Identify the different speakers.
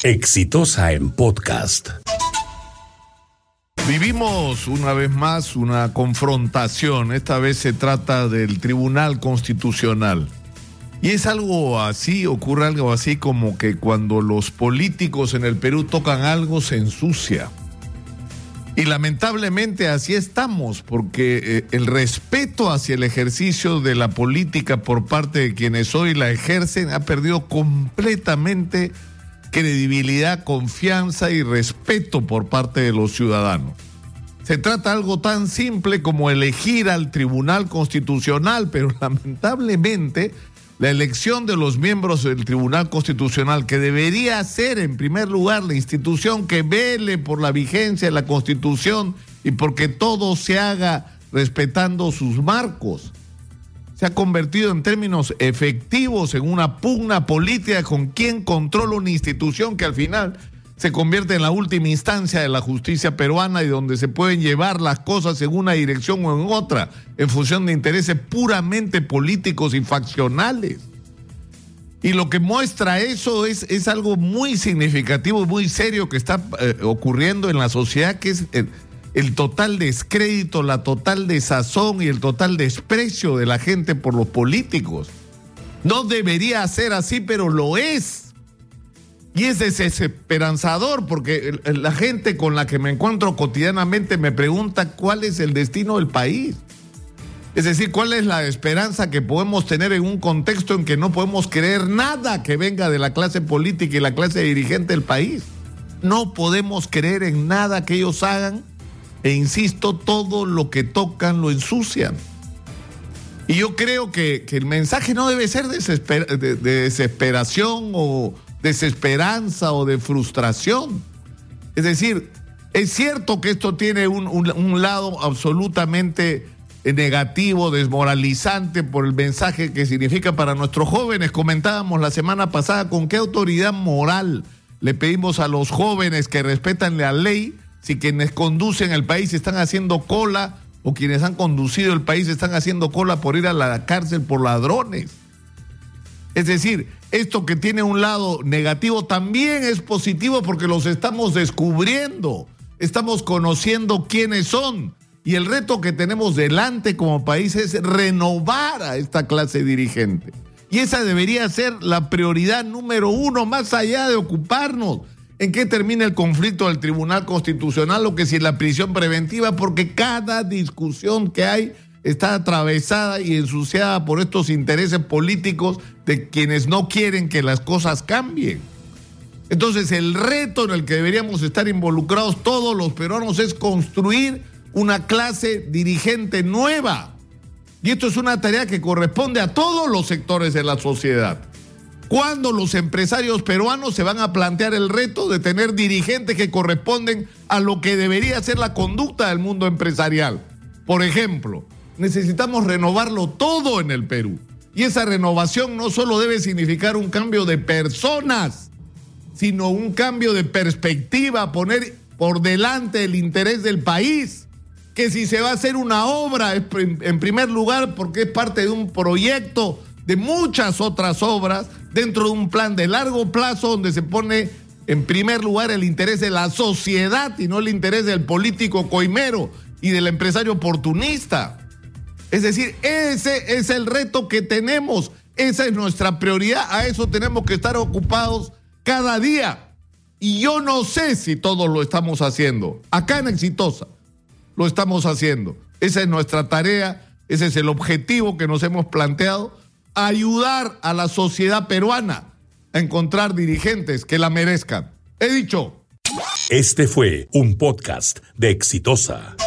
Speaker 1: Exitosa en podcast.
Speaker 2: Vivimos una vez más una confrontación. Esta vez se trata del Tribunal Constitucional. Y es algo así, ocurre algo así como que cuando los políticos en el Perú tocan algo se ensucia. Y lamentablemente así estamos, porque el respeto hacia el ejercicio de la política por parte de quienes hoy la ejercen ha perdido completamente credibilidad, confianza y respeto por parte de los ciudadanos. Se trata de algo tan simple como elegir al Tribunal Constitucional, pero lamentablemente la elección de los miembros del Tribunal Constitucional, que debería ser en primer lugar la institución que vele por la vigencia de la Constitución y porque todo se haga respetando sus marcos, se ha convertido en términos efectivos en una pugna política con quien controla una institución que al final se convierte en la última instancia de la justicia peruana y donde se pueden llevar las cosas en una dirección o en otra en función de intereses puramente políticos y faccionales. Y lo que muestra eso es algo muy significativo, muy serio que está ocurriendo en la sociedad, que es el total descrédito, la total desazón y el total desprecio de la gente por los políticos. No debería ser así, pero lo es. Y es desesperanzador porque la gente con la que me encuentro cotidianamente me pregunta cuál es el destino del país. Es decir, cuál es la esperanza que podemos tener en un contexto en que no podemos creer nada que venga de la clase política y la clase dirigente del país. No podemos creer en nada que ellos hagan e insisto, todo lo que tocan lo ensucian. Y yo creo que el mensaje no debe ser de desesperación o desesperanza o de frustración. Es decir, es cierto que esto tiene un lado absolutamente negativo, desmoralizante por el mensaje que significa para nuestros jóvenes. Comentábamos la semana pasada con qué autoridad moral le pedimos a los jóvenes que respetan la ley si quienes conducen el país están haciendo cola o quienes han conducido el país están haciendo cola por ir a la cárcel por ladrones. Es decir, esto que tiene un lado negativo también es positivo porque los estamos descubriendo, estamos conociendo quiénes son. Y el reto que tenemos delante como país es renovar a esta clase dirigente. Y esa debería ser la prioridad número uno, más allá de ocuparnos en qué termina el conflicto del Tribunal Constitucional o que si la prisión preventiva, porque cada discusión que hay está atravesada y ensuciada por estos intereses políticos de quienes no quieren que las cosas cambien. Entonces el reto en el que deberíamos estar involucrados todos los peruanos es construir una clase dirigente nueva. Y esto es una tarea que corresponde a todos los sectores de la sociedad. ¿Cuándo los empresarios peruanos se van a plantear el reto de tener dirigentes que corresponden a lo que debería ser la conducta del mundo empresarial? Por ejemplo, necesitamos renovarlo todo en el Perú. Y esa renovación no solo debe significar un cambio de personas, sino un cambio de perspectiva, poner por delante el interés del país. Que si se va a hacer una obra, es en primer lugar porque es parte de un proyecto de muchas otras obras dentro de un plan de largo plazo donde se pone en primer lugar el interés de la sociedad y no el interés del político coimero y del empresario oportunista. Es decir, ese es el reto que tenemos, esa es nuestra prioridad, a eso tenemos que estar ocupados cada día. Y yo no sé si todos lo estamos haciendo. Acá en Exitosa lo estamos haciendo. Esa es nuestra tarea, ese es el objetivo que nos hemos planteado, ayudar a la sociedad peruana a encontrar dirigentes que la merezcan. He dicho.
Speaker 1: Este fue un podcast de Exitosa.